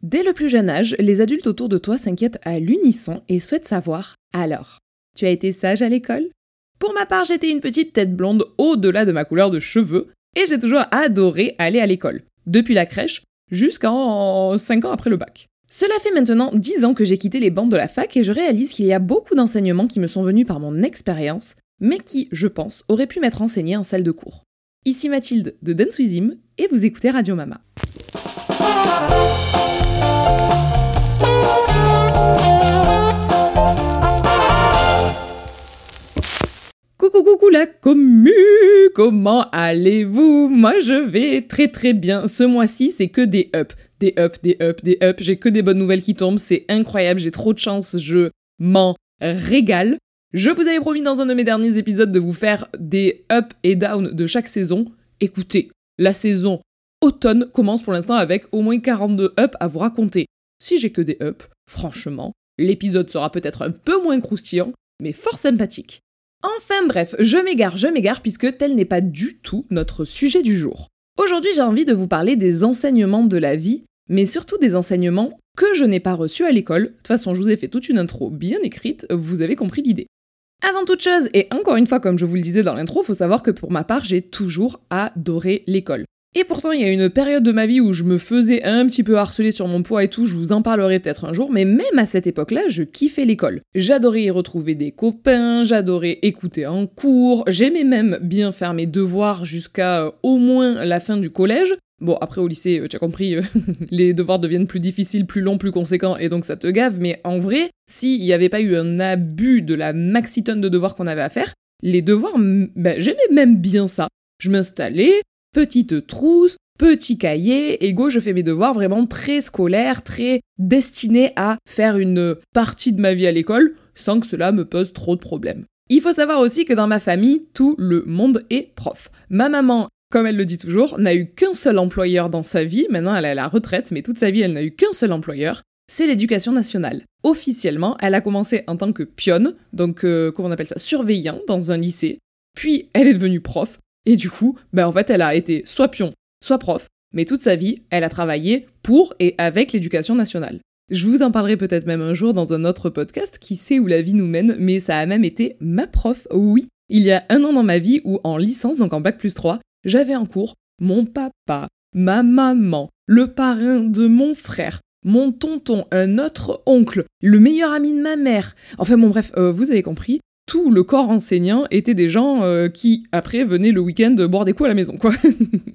Dès le plus jeune âge, les adultes autour de toi s'inquiètent à l'unisson et souhaitent savoir « Alors, tu as été sage à l'école ?» Pour ma part, j'étais une petite tête blonde au-delà de ma couleur de cheveux et j'ai toujours adoré aller à l'école, depuis la crèche jusqu'en 5 ans après le bac. Cela fait maintenant 10 ans que j'ai quitté les bancs de la fac et je réalise qu'il y a beaucoup d'enseignements qui me sont venus par mon expérience, mais qui, je pense, auraient pu m'être enseignés en salle de cours. Ici Mathilde de Dance With Him et vous écoutez Radio Mama. Coucou la commu, comment allez-vous? Moi je vais très très bien. Ce mois-ci c'est que des ups, j'ai que des bonnes nouvelles qui tombent, c'est incroyable, j'ai trop de chance, je m'en régale. Je vous avais promis dans un de mes derniers épisodes de vous faire des ups et downs de chaque saison. Écoutez, la saison automne commence pour l'instant avec au moins 42 ups à vous raconter. Si j'ai que des ups, franchement, l'épisode sera peut-être un peu moins croustillant, mais fort sympathique. Enfin bref, je m'égare puisque tel n'est pas du tout notre sujet du jour. Aujourd'hui j'ai envie de vous parler des enseignements de la vie, mais surtout des enseignements que je n'ai pas reçus à l'école. De toute façon, je vous ai fait toute une intro bien écrite, vous avez compris l'idée. Avant toute chose, et encore une fois comme je vous le disais dans l'intro, faut savoir que pour ma part j'ai toujours adoré l'école. Et pourtant, il y a une période de ma vie où je me faisais un petit peu harceler sur mon poids et tout, je vous en parlerai peut-être un jour, mais même à cette époque-là, je kiffais l'école. J'adorais y retrouver des copains, j'adorais écouter en cours, j'aimais même bien faire mes devoirs jusqu'à au moins la fin du collège. Bon, après au lycée, tu as compris, les devoirs deviennent plus difficiles, plus longs, plus conséquents, et donc ça te gave, mais en vrai, s'il n'y avait pas eu un abus de la maxi-tonne de devoirs qu'on avait à faire, les devoirs, j'aimais même bien ça. Je m'installais, petite trousse, petit cahier, et go, je fais mes devoirs vraiment très scolaires, très destinés à faire une partie de ma vie à l'école, sans que cela me pose trop de problèmes. Il faut savoir aussi que dans ma famille, tout le monde est prof. Ma maman, comme elle le dit toujours, n'a eu qu'un seul employeur dans sa vie, maintenant elle est à la retraite, mais toute sa vie elle n'a eu qu'un seul employeur, c'est l'éducation nationale. Officiellement, elle a commencé en tant que pionne, donc comment on appelle ça, surveillant dans un lycée, puis elle est devenue prof, et du coup, en fait, elle a été soit pion, soit prof, mais toute sa vie, elle a travaillé pour et avec l'éducation nationale. Je vous en parlerai peut-être même un jour dans un autre podcast, qui sait où la vie nous mène, mais ça a même été ma prof, oui. Il y a un an dans ma vie où en licence, donc en Bac+3, j'avais en cours mon papa, ma maman, le parrain de mon frère, mon tonton, un autre oncle, le meilleur ami de ma mère. Enfin bon bref, vous avez compris. Tout le corps enseignant était des gens qui, après, venaient le week-end boire des coups à la maison, quoi.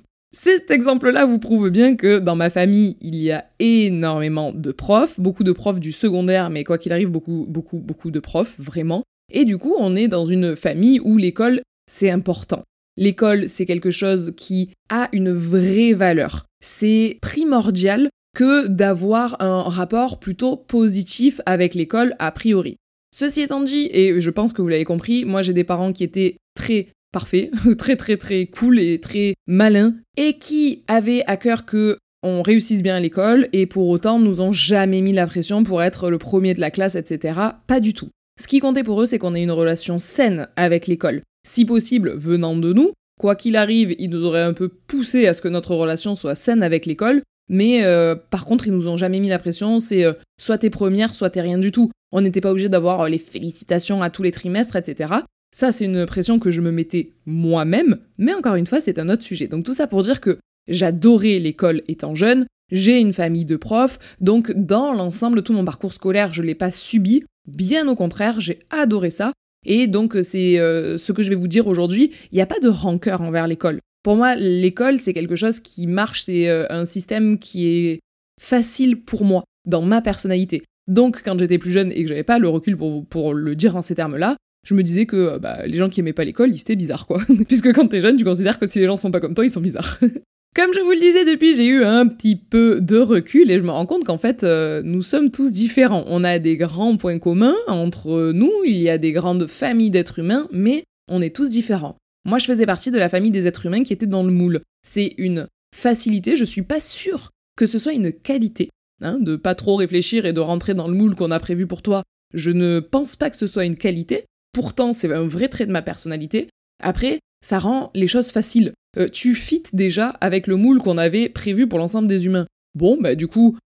Cet exemple-là vous prouve bien que dans ma famille, il y a énormément de profs, beaucoup de profs du secondaire, mais quoi qu'il arrive, beaucoup de profs, vraiment. Et du coup, on est dans une famille où l'école, c'est important. L'école, c'est quelque chose qui a une vraie valeur. C'est primordial que d'avoir un rapport plutôt positif avec l'école, a priori. Ceci étant dit, et je pense que vous l'avez compris, moi j'ai des parents qui étaient très parfaits, très cool et très malins, et qui avaient à cœur que on réussisse bien à l'école, et pour autant nous ont jamais mis la pression pour être le premier de la classe, etc. Pas du tout. Ce qui comptait pour eux, c'est qu'on ait une relation saine avec l'école. Si possible, venant de nous, quoi qu'il arrive, ils nous auraient un peu poussé à ce que notre relation soit saine avec l'école, mais par contre, ils nous ont jamais mis la pression, c'est soit t'es première, soit t'es rien du tout. On n'était pas obligé d'avoir les félicitations à tous les trimestres, etc. Ça, c'est une pression que je me mettais moi-même, mais encore une fois, c'est un autre sujet. Donc tout ça pour dire que j'adorais l'école étant jeune, j'ai une famille de profs, donc dans l'ensemble, tout mon parcours scolaire, je l'ai pas subi, bien au contraire, j'ai adoré ça, et donc c'est ce que je vais vous dire aujourd'hui, il n'y a pas de rancœur envers l'école. Pour moi, l'école, c'est quelque chose qui marche, c'est un système qui est facile pour moi, dans ma personnalité. Donc, quand j'étais plus jeune et que j'avais pas le recul pour le dire en ces termes-là, je me disais que les gens qui aimaient pas l'école, ils étaient bizarres, quoi. Puisque quand t'es jeune, tu considères que si les gens sont pas comme toi, ils sont bizarres. Comme je vous le disais depuis, j'ai eu un petit peu de recul et je me rends compte qu'en fait, nous sommes tous différents. On a des grands points communs entre nous, il y a des grandes familles d'êtres humains, mais on est tous différents. Moi, je faisais partie de la famille des êtres humains qui étaient dans le moule. C'est une facilité, je suis pas sûre que ce soit une qualité, de pas trop réfléchir et de rentrer dans le moule qu'on a prévu pour toi. Je ne pense pas que ce soit une qualité, pourtant c'est un vrai trait de ma personnalité. Après, ça rend les choses faciles. Tu fites déjà avec le moule qu'on avait prévu pour l'ensemble des humains. Bon, du coup,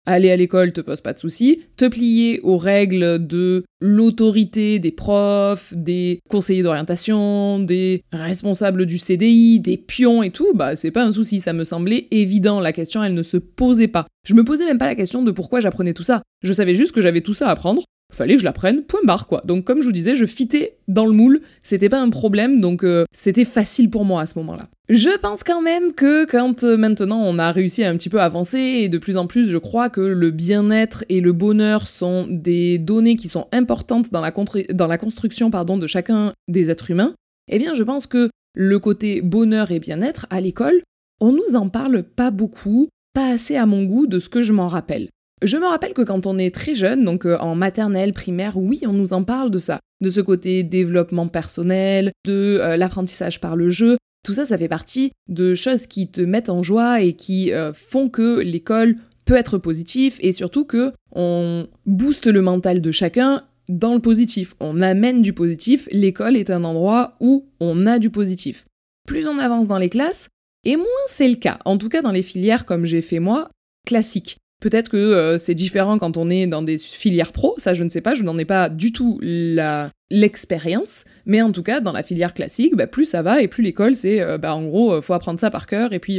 aller à l'école te pose pas de soucis, te plier aux règles de l'autorité des profs, des conseillers d'orientation, des responsables du CDI, des pions et tout, bah c'est pas un souci, ça me semblait évident, la question elle ne se posait pas. Je me posais même pas la question de pourquoi j'apprenais tout ça, je savais juste que j'avais tout ça à apprendre, fallait que je l'apprenne, point barre quoi. Donc comme je vous disais, je fitais dans le moule, c'était pas un problème, donc c'était facile pour moi à ce moment-là. Je pense quand même que quand maintenant on a réussi à un petit peu avancer, et de plus en plus je crois que le bien-être et le bonheur sont des données qui sont importantes dans la construction de chacun des êtres humains, eh bien je pense que le côté bonheur et bien-être à l'école, on nous en parle pas beaucoup, pas assez à mon goût de ce que je m'en rappelle. Je me rappelle que quand on est très jeune, donc en maternelle, primaire, oui, on nous en parle de ça, de ce côté développement personnel, de l'apprentissage par le jeu. Tout ça, ça fait partie de choses qui te mettent en joie et qui font que l'école peut être positive et surtout que on booste le mental de chacun dans le positif. On amène du positif, l'école est un endroit où on a du positif. Plus on avance dans les classes, et moins c'est le cas. En tout cas, dans les filières comme j'ai fait moi, classiques. Peut-être que c'est différent quand on est dans des filières pro, ça je ne sais pas, je n'en ai pas du tout l'expérience, mais en tout cas dans la filière classique, plus ça va et plus l'école c'est en gros faut apprendre ça par cœur et puis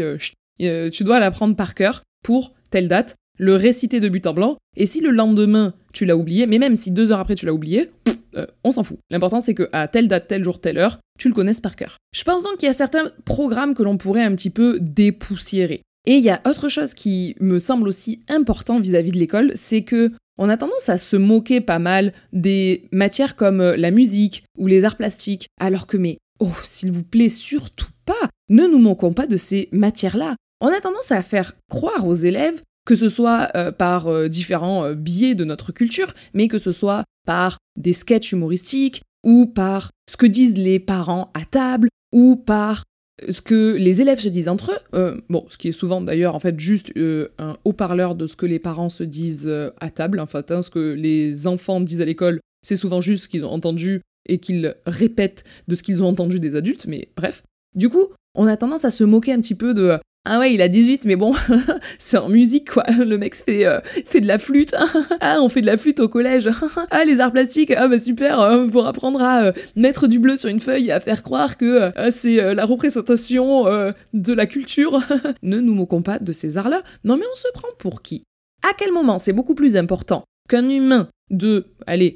tu dois l'apprendre par cœur pour telle date, le réciter de but en blanc, et si le lendemain tu l'as oublié, mais même si 2 heures après tu l'as oublié, on s'en fout. L'important c'est que à telle date, tel jour, telle heure, tu le connaisses par cœur. Je pense donc qu'il y a certains programmes que l'on pourrait un petit peu dépoussiérer. Et il y a autre chose qui me semble aussi important vis-à-vis de l'école, c'est que on a tendance à se moquer pas mal des matières comme la musique ou les arts plastiques, alors que s'il vous plaît, surtout pas, ne nous moquons pas de ces matières-là. On a tendance à faire croire aux élèves, que ce soit par différents biais de notre culture, mais que ce soit par des sketchs humoristiques, ou par ce que disent les parents à table, ou par ce que les élèves se disent entre eux, ce qui est souvent d'ailleurs en fait juste un haut-parleur de ce que les parents se disent à table, en fait, ce que les enfants disent à l'école, c'est souvent juste ce qu'ils ont entendu et qu'ils répètent de ce qu'ils ont entendu des adultes, mais bref. Du coup, on a tendance à se moquer un petit peu de « Ah ouais, il a 18, mais bon, c'est en musique, quoi. Le mec fait de la flûte. Ah, on fait de la flûte au collège. Ah, les arts plastiques, ah bah super, pour apprendre à mettre du bleu sur une feuille et à faire croire que c'est la représentation de la culture. » Ne nous moquons pas de ces arts-là. Non mais on se prend pour qui ? À quel moment c'est beaucoup plus important qu'un humain de,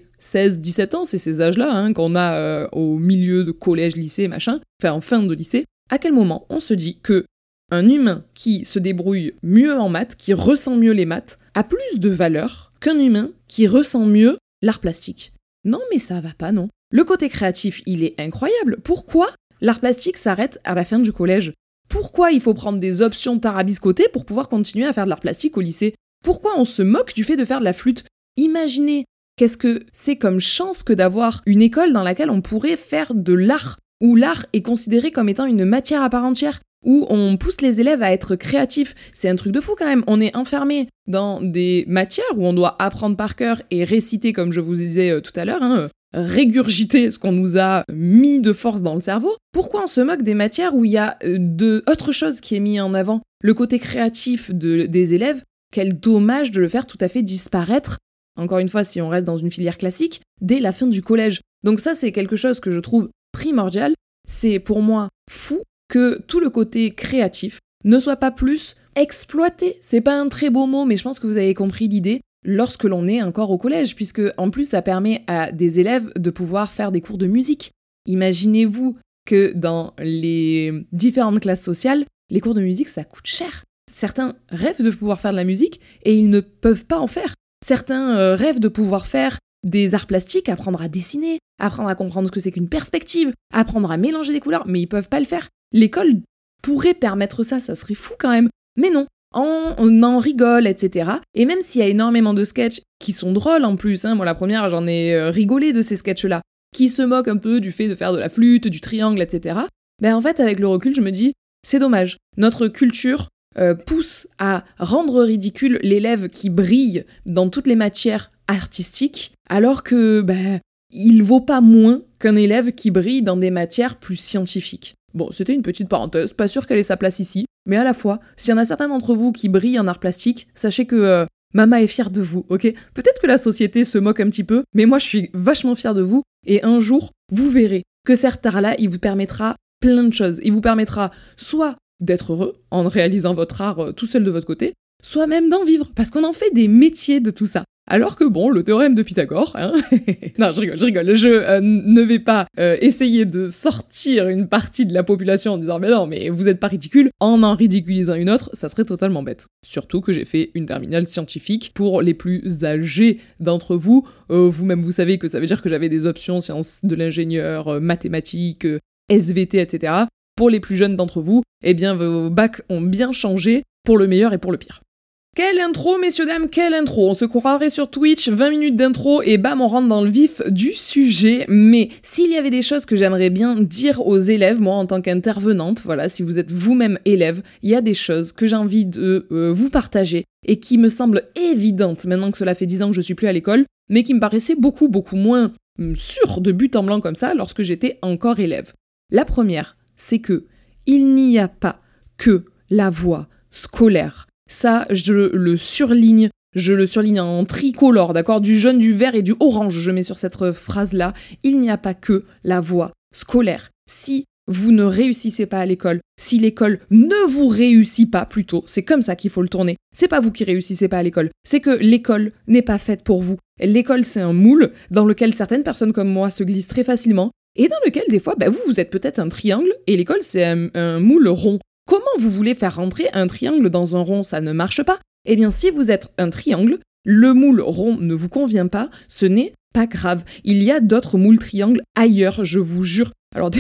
16-17 ans, c'est ces âges-là qu'on a au milieu de collège, lycée, machin, enfin en fin de lycée, à quel moment on se dit que un humain qui se débrouille mieux en maths, qui ressent mieux les maths, a plus de valeur qu'un humain qui ressent mieux l'art plastique. Non mais ça va pas, non. Le côté créatif, il est incroyable. Pourquoi l'art plastique s'arrête à la fin du collège ? Pourquoi il faut prendre des options tarabiscotées pour pouvoir continuer à faire de l'art plastique au lycée ? Pourquoi on se moque du fait de faire de la flûte ? Imaginez, qu'est-ce que c'est comme chance que d'avoir une école dans laquelle on pourrait faire de l'art, où l'art est considéré comme étant une matière à part entière, où on pousse les élèves à être créatifs. C'est un truc de fou quand même. On est enfermé dans des matières où on doit apprendre par cœur et réciter, comme je vous disais tout à l'heure, régurgiter ce qu'on nous a mis de force dans le cerveau. Pourquoi on se moque des matières où il y a autre chose qui est mis en avant ? Le côté créatif des élèves, quel dommage de le faire tout à fait disparaître, encore une fois si on reste dans une filière classique, dès la fin du collège. Donc ça c'est quelque chose que je trouve primordial. C'est pour moi fou que tout le côté créatif ne soit pas plus exploité. C'est pas un très beau mot, mais je pense que vous avez compris l'idée lorsque l'on est encore au collège, puisque en plus ça permet à des élèves de pouvoir faire des cours de musique. Imaginez-vous que dans les différentes classes sociales, les cours de musique ça coûte cher. Certains rêvent de pouvoir faire de la musique et ils ne peuvent pas en faire. Certains rêvent de pouvoir faire des arts plastiques, apprendre à dessiner, apprendre à comprendre ce que c'est qu'une perspective, apprendre à mélanger des couleurs, mais ils peuvent pas le faire. L'école pourrait permettre ça serait fou quand même. Mais non, on en rigole, etc. Et même s'il y a énormément de sketchs qui sont drôles en plus, moi la première j'en ai rigolé de ces sketchs-là, qui se moquent un peu du fait de faire de la flûte, du triangle, etc. En fait avec le recul je me dis, c'est dommage. Notre culture pousse à rendre ridicule l'élève qui brille dans toutes les matières artistiques, alors que il vaut pas moins qu'un élève qui brille dans des matières plus scientifiques. Bon, c'était une petite parenthèse, pas sûr qu'elle ait sa place ici, mais à la fois, s'il y en a certains d'entre vous qui brillent en art plastique, sachez que Mama est fière de vous, ok? Peut-être que la société se moque un petit peu, mais moi je suis vachement fière de vous, et un jour, vous verrez que cet art-là, il vous permettra plein de choses. Il vous permettra soit d'être heureux en réalisant votre art tout seul de votre côté, soit même d'en vivre, parce qu'on en fait des métiers de tout ça. Alors que bon, le théorème de Pythagore, hein non, je rigole, je ne vais pas essayer de sortir une partie de la population en disant « Mais non, mais vous êtes pas ridicule », en ridiculisant une autre, ça serait totalement bête. Surtout que j'ai fait une terminale scientifique pour les plus âgés d'entre vous. Vous-même, vous savez que ça veut dire que j'avais des options sciences de l'ingénieur, mathématiques, SVT, etc. Pour les plus jeunes d'entre vous, eh bien, vos bacs ont bien changé pour le meilleur et pour le pire. Quelle intro, messieurs, dames, quelle intro! On se croirait sur Twitch, 20 minutes d'intro, et bam, on rentre dans le vif du sujet. Mais s'il y avait des choses que j'aimerais bien dire aux élèves, moi, en tant qu'intervenante, voilà, si vous êtes vous-même élève, il y a des choses que j'ai envie de vous partager, et qui me semblent évidentes, maintenant que cela fait 10 ans que je suis plus à l'école, mais qui me paraissaient beaucoup moins sûres de but en blanc comme ça, lorsque j'étais encore élève. La première, c'est que il n'y a pas que la voie scolaire. Ça, je le surligne en tricolore, d'accord? Du jaune, du vert et du orange, je mets sur cette phrase-là. Il n'y a pas que la voie scolaire. Si vous ne réussissez pas à l'école, si l'école ne vous réussit pas, plutôt, c'est comme ça qu'il faut le tourner. C'est pas vous qui réussissez pas à l'école, c'est que l'école n'est pas faite pour vous. L'école, c'est un moule dans lequel certaines personnes comme moi se glissent très facilement et dans lequel, des fois, vous êtes peut-être un triangle et l'école, c'est un moule rond. Comment vous voulez faire rentrer un triangle dans un rond? Ça ne marche pas. Eh bien, si vous êtes un triangle, le moule rond ne vous convient pas, ce n'est pas grave. Il y a d'autres moules triangles ailleurs, je vous jure. Alors,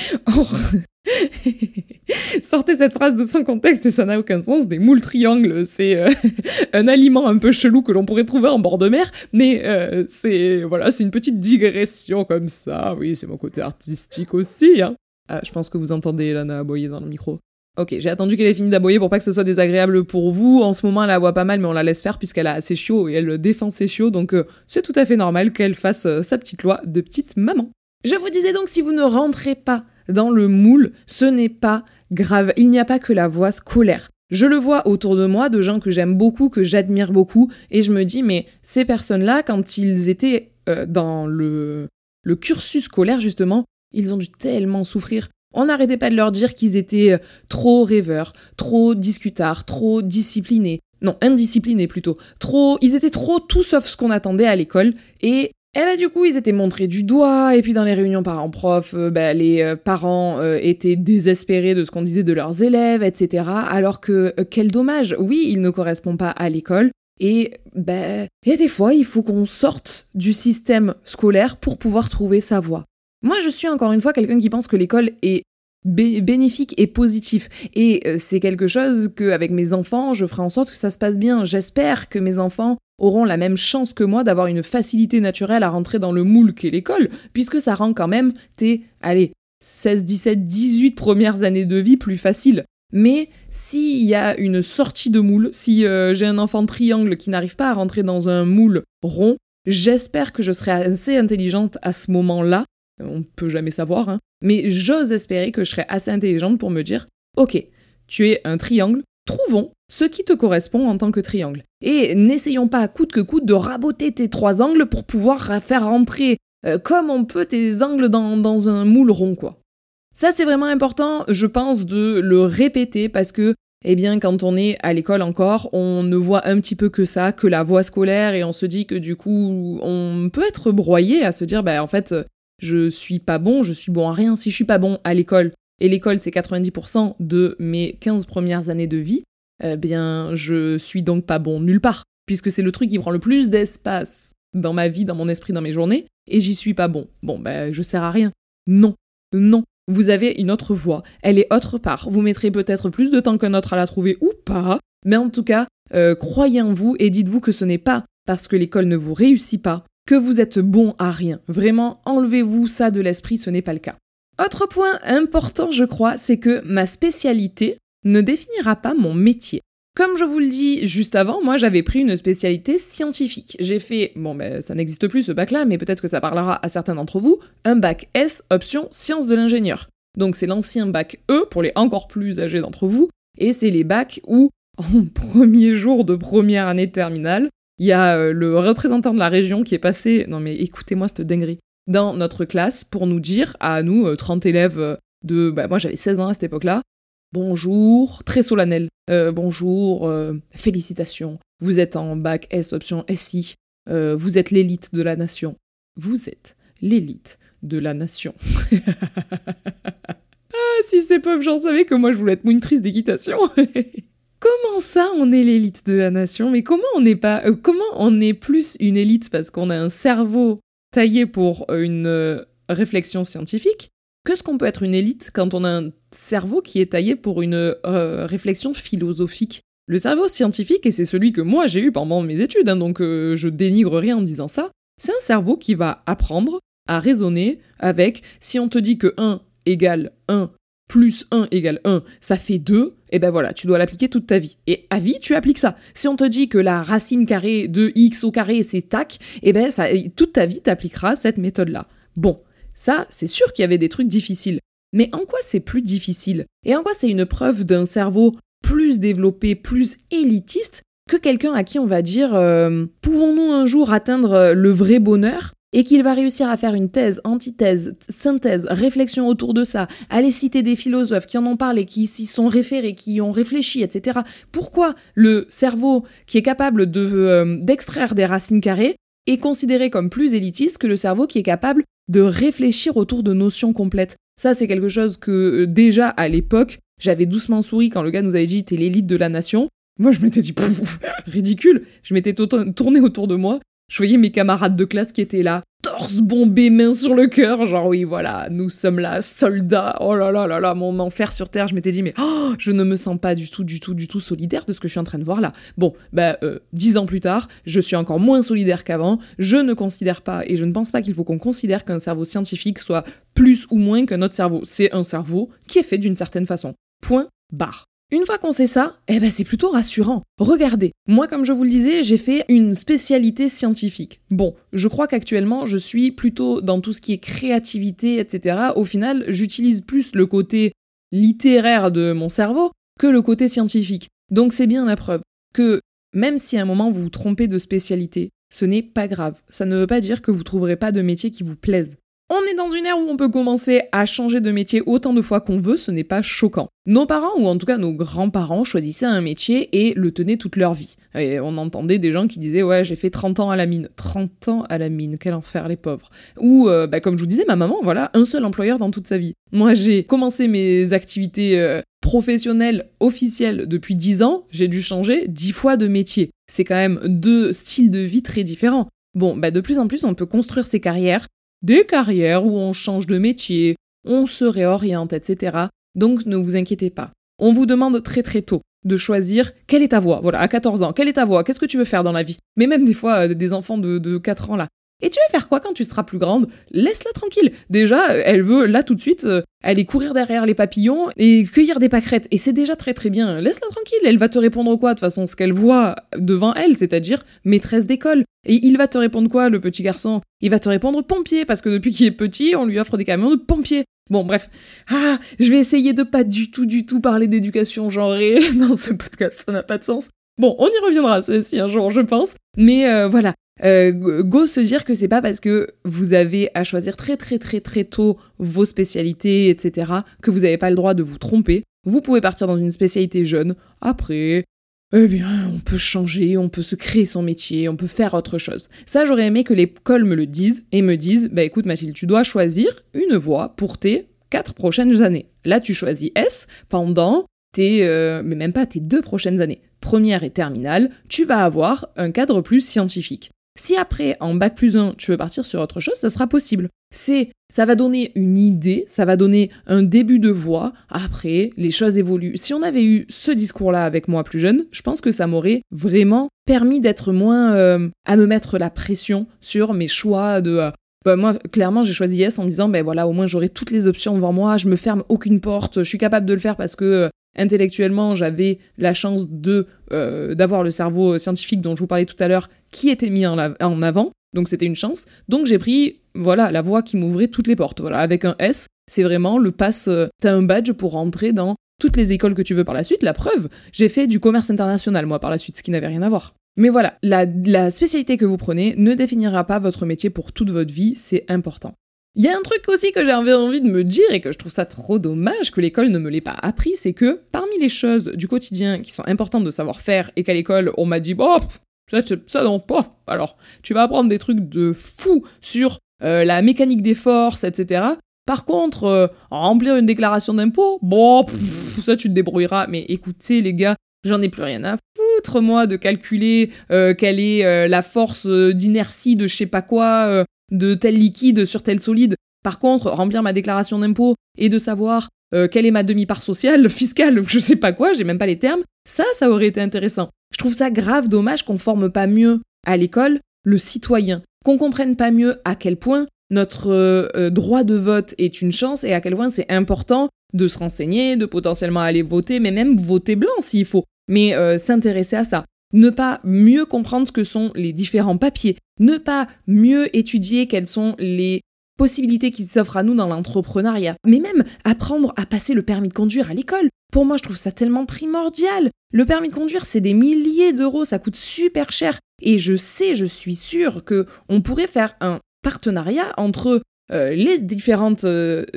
sortez cette phrase de son contexte et ça n'a aucun sens. Des moules triangles, c'est un aliment un peu chelou que l'on pourrait trouver en bord de mer, mais c'est une petite digression comme ça. Oui, c'est mon côté artistique aussi. Hein. Ah, je pense que vous entendez Lana aboyer dans le micro. Ok, j'ai attendu qu'elle ait fini d'aboyer pour pas que ce soit désagréable pour vous. En ce moment, elle la voit pas mal, mais on la laisse faire puisqu'elle a assez chaud et elle défend ses chiots, donc c'est tout à fait normal qu'elle fasse sa petite loi de petite maman. Je vous disais donc, si vous ne rentrez pas dans le moule, ce n'est pas grave. Il n'y a pas que la voie scolaire. Je le vois autour de moi, de gens que j'aime beaucoup, que j'admire beaucoup, et je me dis, mais ces personnes-là, quand ils étaient dans le cursus scolaire, justement, ils ont dû tellement souffrir. On n'arrêtait pas de leur dire qu'ils étaient trop rêveurs, trop discutards, trop disciplinés. Non, indisciplinés plutôt. Ils étaient trop tout sauf ce qu'on attendait à l'école. Et du coup, ils étaient montrés du doigt. Et puis dans les réunions parents-prof, les parents étaient désespérés de ce qu'on disait de leurs élèves, etc. Alors que, quel dommage. Oui, ils ne correspondent pas à l'école. Et des fois, il faut qu'on sorte du système scolaire pour pouvoir trouver sa voie. Moi, je suis encore une fois quelqu'un qui pense que l'école est bénéfique et positif. Et c'est quelque chose qu'avec mes enfants, je ferai en sorte que ça se passe bien. J'espère que mes enfants auront la même chance que moi d'avoir une facilité naturelle à rentrer dans le moule qu'est l'école, puisque ça rend quand même tes 16, 17, 18 premières années de vie plus faciles. Mais s'il y a une sortie de moule, si j'ai un enfant triangle qui n'arrive pas à rentrer dans un moule rond, j'espère que je serai assez intelligente à ce moment-là. On ne peut jamais savoir, hein. Mais j'ose espérer que je serai assez intelligente pour me dire « Ok, tu es un triangle, trouvons ce qui te correspond en tant que triangle. Et n'essayons pas coûte que coûte de raboter tes 3 angles pour pouvoir faire rentrer comme on peut tes angles dans un moule rond, quoi. » Ça, c'est vraiment important, je pense, de le répéter parce que quand on est à l'école encore, on ne voit un petit peu que ça, que la voie scolaire, et on se dit que du coup, on peut être broyé à se dire en fait, je suis pas bon, je suis bon à rien. Si je suis pas bon à l'école, et l'école c'est 90% de mes 15 premières années de vie, je suis donc pas bon nulle part, puisque c'est le truc qui prend le plus d'espace dans ma vie, dans mon esprit, dans mes journées, et j'y suis pas bon. Je sers à rien. Non. Vous avez une autre voie, elle est autre part. Vous mettrez peut-être plus de temps qu'un autre à la trouver ou pas, mais en tout cas, croyez en vous et dites-vous que ce n'est pas parce que l'école ne vous réussit pas que vous êtes bon à rien. Vraiment, enlevez-vous ça de l'esprit, ce n'est pas le cas. Autre point important, je crois, c'est que ma spécialité ne définira pas mon métier. Comme je vous le dis juste avant, moi j'avais pris une spécialité scientifique. J'ai fait, ça n'existe plus ce bac-là, mais peut-être que ça parlera à certains d'entre vous, un bac S, option sciences de l'ingénieur. Donc c'est l'ancien bac E, pour les encore plus âgés d'entre vous, et c'est les bacs où en premier jour de première année de terminale, il y a le représentant de la région qui est passé, non mais écoutez-moi cette dinguerie, dans notre classe pour nous dire, à nous, 30 élèves moi j'avais 16 ans à cette époque-là, bonjour, très solennel, bonjour, félicitations, vous êtes en bac S option SI, vous êtes l'élite de la nation. Vous êtes l'élite de la nation. Ah, si ces peuples, j'en savais que moi je voulais être monitrice d'équitation. Comment ça, on est l'élite de la nation? Mais comment on n'est pas... comment on est plus une élite parce qu'on a un cerveau taillé pour une réflexion scientifique que ce qu'on peut être une élite quand on a un cerveau qui est taillé pour une réflexion philosophique? Le cerveau scientifique, et c'est celui que moi j'ai eu pendant mes études, donc je dénigre rien en disant ça, c'est un cerveau qui va apprendre à raisonner avec, si on te dit que 1 égale 1 plus 1 égale 1, ça fait 2, et ben voilà, tu dois l'appliquer toute ta vie. Et à vie, tu appliques ça. Si on te dit que la racine carrée de x au carré, c'est tac, et ben ça, toute ta vie, t'appliqueras cette méthode-là. Bon, ça, c'est sûr qu'il y avait des trucs difficiles. Mais en quoi c'est plus difficile? Et en quoi c'est une preuve d'un cerveau plus développé, plus élitiste, que quelqu'un à qui on va dire « Pouvons-nous un jour atteindre le vrai bonheur ?» et qu'il va réussir à faire une thèse, antithèse, synthèse, réflexion autour de ça, aller citer des philosophes qui en ont parlé, qui s'y sont référés, qui y ont réfléchi, etc. Pourquoi le cerveau qui est capable d'extraire des racines carrées est considéré comme plus élitiste que le cerveau qui est capable de réfléchir autour de notions complètes? Ça, c'est quelque chose que, déjà, à l'époque, j'avais doucement souri quand le gars nous avait dit « T'es l'élite de la nation ». Moi, je m'étais dit « Ridicule !» Je m'étais tourné autour de moi. Je voyais mes camarades de classe qui étaient là, torse bombé, main sur le cœur, genre oui, voilà, nous sommes là, soldats, oh là là là là, mon enfer sur terre. Je m'étais dit, mais je ne me sens pas du tout solidaire de ce que je suis en train de voir là. Bon, 10 ans plus tard, je suis encore moins solidaire qu'avant, je ne considère pas, et je ne pense pas qu'il faut qu'on considère qu'un cerveau scientifique soit plus ou moins qu'un autre cerveau. C'est un cerveau qui est fait d'une certaine façon. Point, barre. Une fois qu'on sait ça, c'est plutôt rassurant. Regardez, moi comme je vous le disais, j'ai fait une spécialité scientifique. Bon, je crois qu'actuellement, je suis plutôt dans tout ce qui est créativité, etc. Au final, j'utilise plus le côté littéraire de mon cerveau que le côté scientifique. Donc c'est bien la preuve que même si à un moment vous vous trompez de spécialité, ce n'est pas grave. Ça ne veut pas dire que vous trouverez pas de métier qui vous plaise. On est dans une ère où on peut commencer à changer de métier autant de fois qu'on veut, ce n'est pas choquant. Nos parents, ou en tout cas nos grands-parents, choisissaient un métier et le tenaient toute leur vie. Et on entendait des gens qui disaient « Ouais, j'ai fait 30 ans à la mine. » 30 ans à la mine, quel enfer, les pauvres. Ou, comme je vous disais, ma maman, voilà, un seul employeur dans toute sa vie. Moi, j'ai commencé mes activités professionnelles officielles depuis 10 ans, j'ai dû changer 10 fois de métier. C'est quand même 2 styles de vie très différents. Bon, de plus en plus, on peut construire ses carrières, des carrières où on change de métier, on se réoriente, etc. Donc ne vous inquiétez pas. On vous demande très très tôt de choisir quelle est ta voie. Voilà, à 14 ans, quelle est ta voie? Qu'est-ce que tu veux faire dans la vie? Mais même des fois, des enfants de 4 ans là. Et tu veux faire quoi quand tu seras plus grande? Laisse-la tranquille. Déjà, elle veut, là tout de suite, aller courir derrière les papillons et cueillir des pâquerettes. Et c'est déjà très très bien. Laisse-la tranquille. Elle va te répondre quoi? De toute façon, ce qu'elle voit devant elle, c'est-à-dire maîtresse d'école. Et il va te répondre quoi, le petit garçon? Il va te répondre pompier, parce que depuis qu'il est petit, on lui offre des camions de pompiers. Bon, bref. Je vais essayer de pas du tout parler d'éducation genrée dans ce podcast. Ça n'a pas de sens. Bon, on y reviendra, ceci un jour, je pense. Mais voilà. Go se dire que c'est pas parce que vous avez à choisir très très très très tôt vos spécialités, etc., que vous n'avez pas le droit de vous tromper. Vous pouvez partir dans une spécialité jeune. Après, on peut changer, on peut se créer son métier, on peut faire autre chose. Ça, j'aurais aimé que l'école me le dise et me dise, écoute Mathilde, tu dois choisir une voie pour tes 4 prochaines années. Là, tu choisis S pendant mais même pas tes 2 prochaines années. Première et terminale, tu vas avoir un cadre plus scientifique. Si après, en bac plus 1, tu veux partir sur autre chose, ça sera possible. Ça va donner une idée, ça va donner un début de voie. Après, les choses évoluent. Si on avait eu ce discours-là avec moi plus jeune, je pense que ça m'aurait vraiment permis d'être moins à me mettre la pression sur mes choix de... moi, clairement, j'ai choisi S en me disant, voilà, au moins j'aurai toutes les options devant moi, je me ferme aucune porte, je suis capable de le faire parce que... intellectuellement, j'avais la chance d'avoir le cerveau scientifique dont je vous parlais tout à l'heure qui était mis en avant, donc c'était une chance. Donc j'ai pris la voie qui m'ouvrait toutes les portes. Voilà, avec un S, c'est vraiment le pass, t'as un badge pour rentrer dans toutes les écoles que tu veux par la suite. La preuve, j'ai fait du commerce international, moi, par la suite, ce qui n'avait rien à voir. Mais voilà, la spécialité que vous prenez ne définira pas votre métier pour toute votre vie, c'est important. Il y a un truc aussi que j'avais envie de me dire et que je trouve ça trop dommage que l'école ne me l'ait pas appris, c'est que parmi les choses du quotidien qui sont importantes de savoir faire et qu'à l'école on m'a dit « Oh, ça non, pas. Alors, tu vas apprendre des trucs de fou sur la mécanique des forces, etc. Par contre, remplir une déclaration d'impôt, bon, ça tu te débrouilleras. Mais écoutez les gars, j'en ai plus rien à foutre, moi, de calculer quelle est la force d'inertie de je sais pas quoi, de tel liquide sur tel solide. Par contre, remplir ma déclaration d'impôt et de savoir quelle est ma demi-part sociale, fiscale, je sais pas quoi, j'ai même pas les termes, ça aurait été intéressant. Je trouve ça grave dommage qu'on forme pas mieux à l'école le citoyen, qu'on comprenne pas mieux à quel point notre droit de vote est une chance et à quel point c'est important de se renseigner, de potentiellement aller voter, mais même voter blanc s'il faut. Mais s'intéresser à ça. Ne pas mieux comprendre ce que sont les différents papiers, ne pas mieux étudier quelles sont les possibilités qui s'offrent à nous dans l'entrepreneuriat, mais même apprendre à passer le permis de conduire à l'école. Pour moi, je trouve ça tellement primordial. Le permis de conduire, c'est des milliers d'euros, ça coûte super cher. Et je suis sûre qu'on pourrait faire un partenariat entre les différentes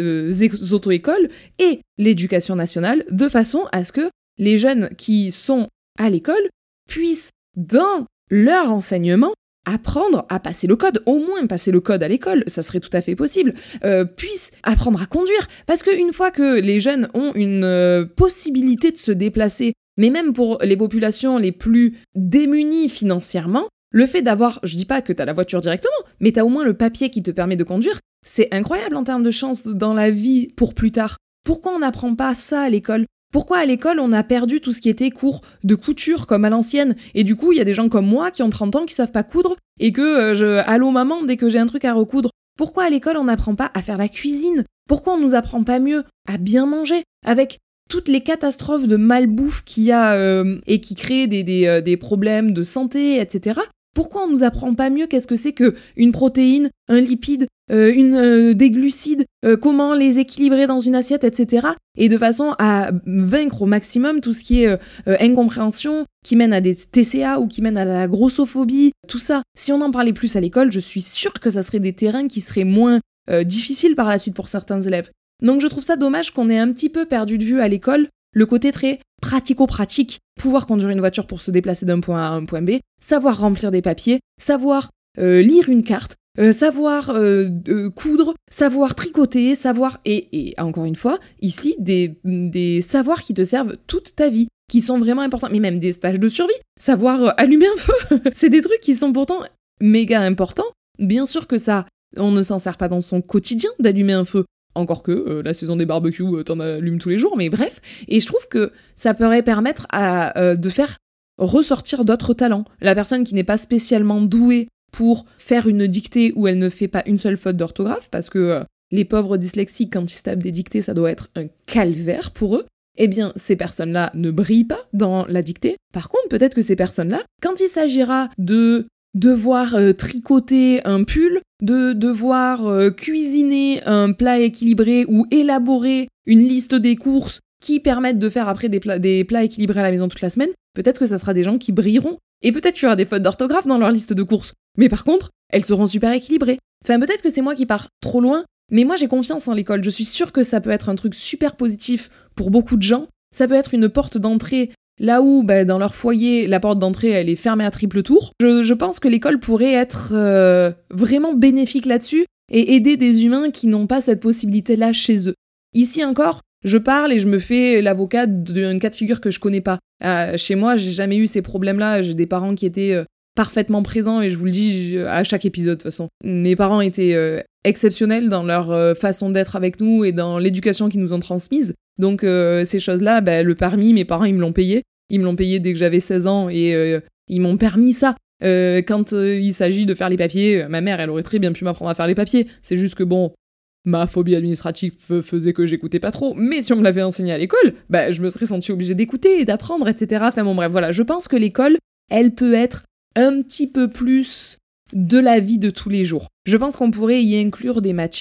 auto-écoles et l'éducation nationale, de façon à ce que les jeunes qui sont à l'école puissent, dans leur enseignement, apprendre à passer le code, au moins passer le code à l'école, ça serait tout à fait possible, puissent apprendre à conduire, parce qu'une fois que les jeunes ont une possibilité de se déplacer, mais même pour les populations les plus démunies financièrement, le fait d'avoir, je dis pas que t'as la voiture directement, mais t'as au moins le papier qui te permet de conduire, c'est incroyable en termes de chance dans la vie pour plus tard. Pourquoi on n'apprend pas ça à l'école ? Pourquoi à l'école on a perdu tout ce qui était cours de couture comme à l'ancienne ? Et du coup il y a des gens comme moi qui ont 30 ans qui savent pas coudre et que allô maman dès que j'ai un truc à recoudre. Pourquoi à l'école on n'apprend pas à faire la cuisine ? Pourquoi on nous apprend pas mieux à bien manger ? Avec toutes les catastrophes de malbouffe qu'il y a et qui créent des problèmes de santé, etc. Pourquoi on nous apprend pas mieux qu'est-ce que c'est qu'une protéine, un lipide, des glucides, comment les équilibrer dans une assiette, etc. Et de façon à vaincre au maximum tout ce qui est incompréhension, qui mène à des TCA ou qui mène à la grossophobie, tout ça. Si on en parlait plus à l'école, je suis sûre que ça serait des terrains qui seraient moins difficiles par la suite pour certains élèves. Donc je trouve ça dommage qu'on ait un petit peu perdu de vue à l'école le côté très pratico-pratique, pouvoir conduire une voiture pour se déplacer d'un point A à un point B, savoir remplir des papiers, savoir lire une carte, savoir coudre, savoir tricoter, savoir... Et encore une fois, ici, des savoirs qui te servent toute ta vie, qui sont vraiment importants, mais même des stages de survie, savoir allumer un feu, c'est des trucs qui sont pourtant méga importants. Bien sûr que ça, on ne s'en sert pas dans son quotidien d'allumer un feu, encore que la saison des barbecues, t'en allumes tous les jours, mais bref. Et je trouve que ça pourrait permettre de faire ressortir d'autres talents. La personne qui n'est pas spécialement douée pour faire une dictée où elle ne fait pas une seule faute d'orthographe, parce que les pauvres dyslexiques, quand ils se tapent des dictées, ça doit être un calvaire pour eux. Eh bien, ces personnes-là ne brillent pas dans la dictée. Par contre, peut-être que ces personnes-là, quand il s'agira de devoir tricoter un pull, de devoir cuisiner un plat équilibré ou élaborer une liste des courses qui permettent de faire après des plats équilibrés à la maison toute la semaine, peut-être que ça sera des gens qui brilleront. Et peut-être qu'il y aura des fautes d'orthographe dans leur liste de courses. Mais par contre, elles seront super équilibrées. Enfin, peut-être que c'est moi qui pars trop loin, mais moi j'ai confiance en l'école. Je suis sûre que ça peut être un truc super positif pour beaucoup de gens. Ça peut être une porte d'entrée là où, dans leur foyer, la porte d'entrée, elle est fermée à triple tour. Je pense que l'école pourrait être vraiment bénéfique là-dessus et aider des humains qui n'ont pas cette possibilité-là chez eux. Ici encore, je parle et je me fais l'avocat d'un cas de figure que je connais pas. Chez moi, j'ai jamais eu ces problèmes-là. J'ai des parents qui étaient parfaitement présents et je vous le dis à chaque épisode de toute façon. Mes parents étaient exceptionnels dans leur façon d'être avec nous et dans l'éducation qu'ils nous ont transmise. Donc ces choses-là, le permis, mes parents, ils me l'ont payé. Ils me l'ont payé dès que j'avais 16 ans et ils m'ont permis ça. Quand il s'agit de faire les papiers, ma mère, elle aurait très bien pu m'apprendre à faire les papiers. C'est juste que ma phobie administrative faisait que j'écoutais pas trop. Mais si on me l'avait enseigné à l'école, je me serais sentie obligée d'écouter et d'apprendre, etc. Enfin bon bref, voilà. Je pense que l'école, elle peut être un petit peu plus de la vie de tous les jours. Je pense qu'on pourrait y inclure des matières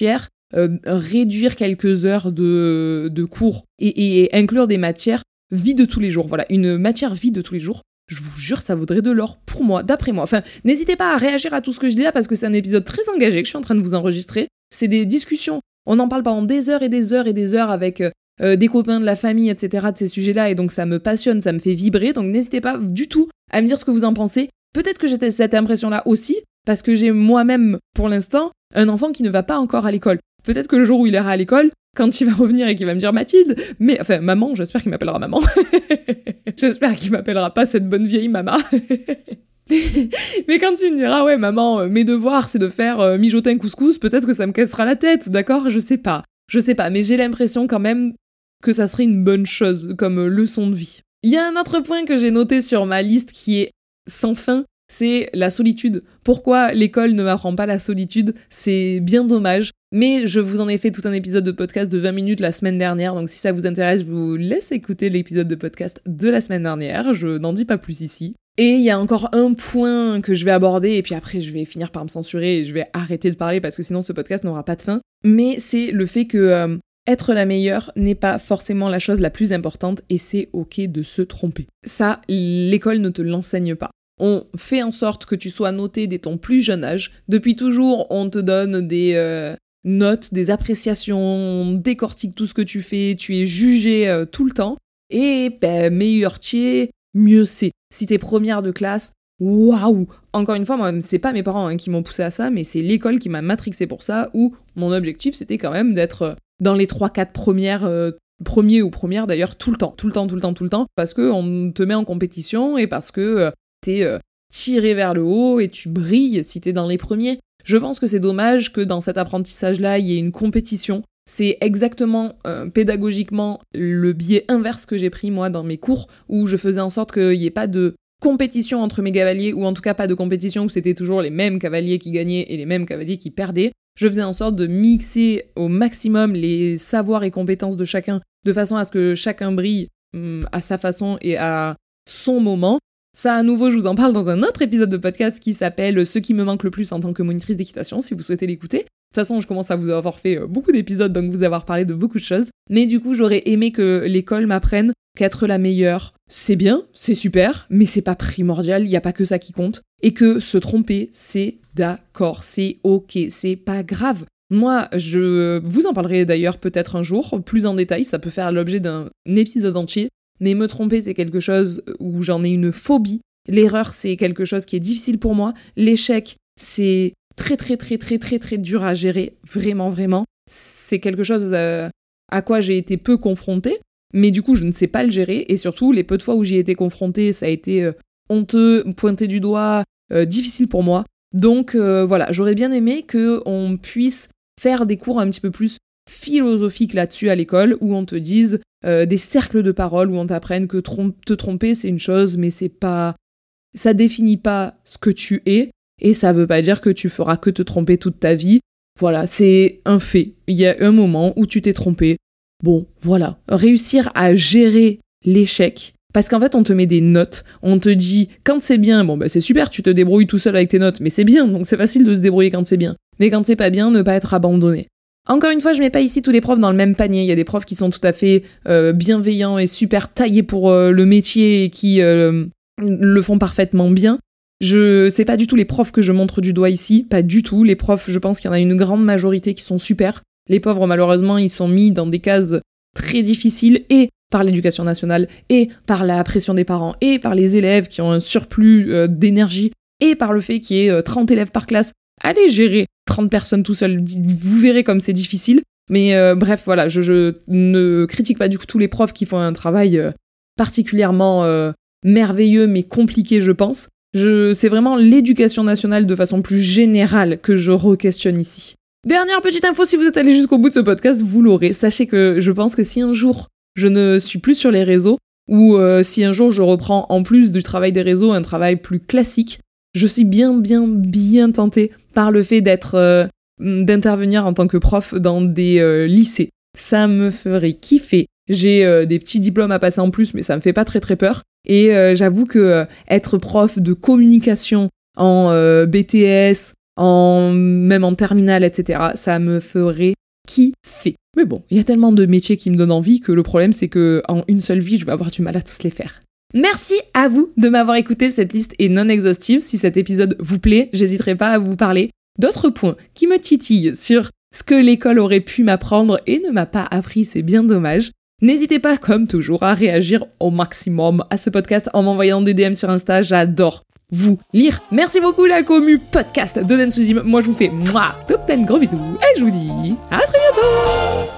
réduire quelques heures de cours et inclure des matières vie de tous les jours. Voilà, une matière vie de tous les jours. Je vous jure, ça vaudrait de l'or pour moi, d'après moi. Enfin, n'hésitez pas à réagir à tout ce que je dis là parce que c'est un épisode très engagé que je suis en train de vous enregistrer. C'est des discussions. On en parle pendant des heures et des heures et des heures avec des copains de la famille, etc. de ces sujets-là. Et donc, ça me passionne, ça me fait vibrer. Donc, n'hésitez pas du tout à me dire ce que vous en pensez. Peut-être que j'ai cette impression-là aussi parce que j'ai moi-même, pour l'instant, un enfant qui ne va pas encore à l'école. Peut-être que le jour où il ira à l'école, quand il va revenir et qu'il va me dire Mathilde, enfin maman, j'espère qu'il m'appellera maman. J'espère qu'il m'appellera pas cette bonne vieille maman. Mais quand il me dira ouais maman, mes devoirs c'est de faire mijoter un couscous, peut-être que ça me cassera la tête, d'accord ? Je sais pas, mais j'ai l'impression quand même que ça serait une bonne chose comme leçon de vie. Il y a un autre point que j'ai noté sur ma liste qui est sans fin, c'est la solitude. Pourquoi l'école ne m'apprend pas la solitude ? C'est bien dommage. Mais je vous en ai fait tout un épisode de podcast de 20 minutes la semaine dernière, donc si ça vous intéresse, je vous laisse écouter l'épisode de podcast de la semaine dernière, je n'en dis pas plus ici. Et il y a encore un point que je vais aborder, et puis après je vais finir par me censurer et je vais arrêter de parler parce que sinon ce podcast n'aura pas de fin. Mais c'est le fait que être la meilleure n'est pas forcément la chose la plus importante et c'est ok de se tromper. Ça, l'école ne te l'enseigne pas. On fait en sorte que tu sois noté dès ton plus jeune âge. Depuis toujours, on te donne des notes, des appréciations, on décortique tout ce que tu fais, tu es jugé tout le temps. Et meilleur tu es, mieux c'est. Si t'es première de classe, waouh! Encore une fois, moi, c'est pas mes parents qui m'ont poussé à ça, mais c'est l'école qui m'a matrixé pour ça, où mon objectif, c'était quand même d'être dans les 3-4 premières... premier ou première d'ailleurs, tout le temps, parce qu'on te met en compétition et parce que t'es tiré vers le haut et tu brilles si t'es dans les premiers. Je pense que c'est dommage que dans cet apprentissage-là, il y ait une compétition. C'est exactement pédagogiquement le biais inverse que j'ai pris moi dans mes cours, où je faisais en sorte qu'il n'y ait pas de compétition entre mes cavaliers, ou en tout cas pas de compétition où c'était toujours les mêmes cavaliers qui gagnaient et les mêmes cavaliers qui perdaient. Je faisais en sorte de mixer au maximum les savoirs et compétences de chacun, de façon à ce que chacun brille à sa façon et à son moment. Ça, à nouveau, je vous en parle dans un autre épisode de podcast qui s'appelle « Ce qui me manque le plus en tant que monitrice d'équitation », si vous souhaitez l'écouter. De toute façon, je commence à vous avoir fait beaucoup d'épisodes, donc vous avoir parlé de beaucoup de choses. Mais du coup, j'aurais aimé que l'école m'apprenne qu'être la meilleure, c'est bien, c'est super, mais c'est pas primordial, il y a pas que ça qui compte. Et que se tromper, c'est d'accord, c'est ok, c'est pas grave. Moi, je vous en parlerai d'ailleurs peut-être un jour, plus en détail, ça peut faire l'objet d'un épisode entier. Mais me tromper, c'est quelque chose où j'en ai une phobie. L'erreur, c'est quelque chose qui est difficile pour moi. L'échec, c'est très dur à gérer. Vraiment, vraiment. C'est quelque chose à quoi j'ai été peu confrontée. Mais du coup, je ne sais pas le gérer. Et surtout, les peu de fois où j'y ai été confrontée, ça a été honteux, pointé du doigt, difficile pour moi. Donc voilà, j'aurais bien aimé qu'on puisse faire des cours un petit peu plus philosophiques là-dessus à l'école, où on te dise des cercles de parole, où on t'apprenne que te tromper c'est une chose, mais c'est pas, ça définit pas ce que tu es, et ça veut pas dire que tu feras que te tromper toute ta vie. Voilà, c'est un fait. Il y a un moment où tu t'es trompé. Bon, voilà. Réussir à gérer l'échec, parce qu'en fait on te met des notes, on te dit quand c'est bien, bon bah c'est super, tu te débrouilles tout seul avec tes notes, mais c'est bien, donc c'est facile de se débrouiller quand c'est bien. Mais quand c'est pas bien, ne pas être abandonné. Encore une fois, je mets pas ici tous les profs dans le même panier. Il y a des profs qui sont tout à fait bienveillants et super taillés pour le métier et qui le font parfaitement bien. C'est pas du tout les profs que je montre du doigt ici, pas du tout. Les profs, je pense qu'il y en a une grande majorité qui sont super. Les pauvres, malheureusement, ils sont mis dans des cases très difficiles et par l'éducation nationale et par la pression des parents et par les élèves qui ont un surplus d'énergie et par le fait qu'il y ait 30 élèves par classe. Allez gérer 30 personnes tout seul, vous verrez comme c'est difficile. Mais bref, voilà, je ne critique pas du coup tous les profs qui font un travail particulièrement merveilleux mais compliqué, je pense. C'est vraiment l'éducation nationale de façon plus générale que je re-questionne ici. Dernière petite info, si vous êtes allé jusqu'au bout de ce podcast, vous l'aurez. Sachez que je pense que si un jour je ne suis plus sur les réseaux, ou si un jour je reprends en plus du travail des réseaux un travail plus classique, je suis bien tentée par le fait d'intervenir en tant que prof dans des lycées. Ça me ferait kiffer. J'ai des petits diplômes à passer en plus, mais ça me fait pas très peur. Et j'avoue que être prof de communication en BTS, même en terminale, etc., ça me ferait kiffer. Mais bon, il y a tellement de métiers qui me donnent envie que le problème c'est que en une seule vie, je vais avoir du mal à tous les faire. Merci à vous de m'avoir écouté, cette liste est non exhaustive. Si cet épisode vous plaît, j'hésiterai pas à vous parler d'autres points qui me titillent sur ce que l'école aurait pu m'apprendre et ne m'a pas appris, c'est bien dommage. N'hésitez pas, comme toujours, à réagir au maximum à ce podcast en m'envoyant des DM sur Insta, j'adore vous lire. Merci beaucoup la commu podcast de Densuzim. Moi je vous fais de plein de gros bisous et je vous dis à très bientôt.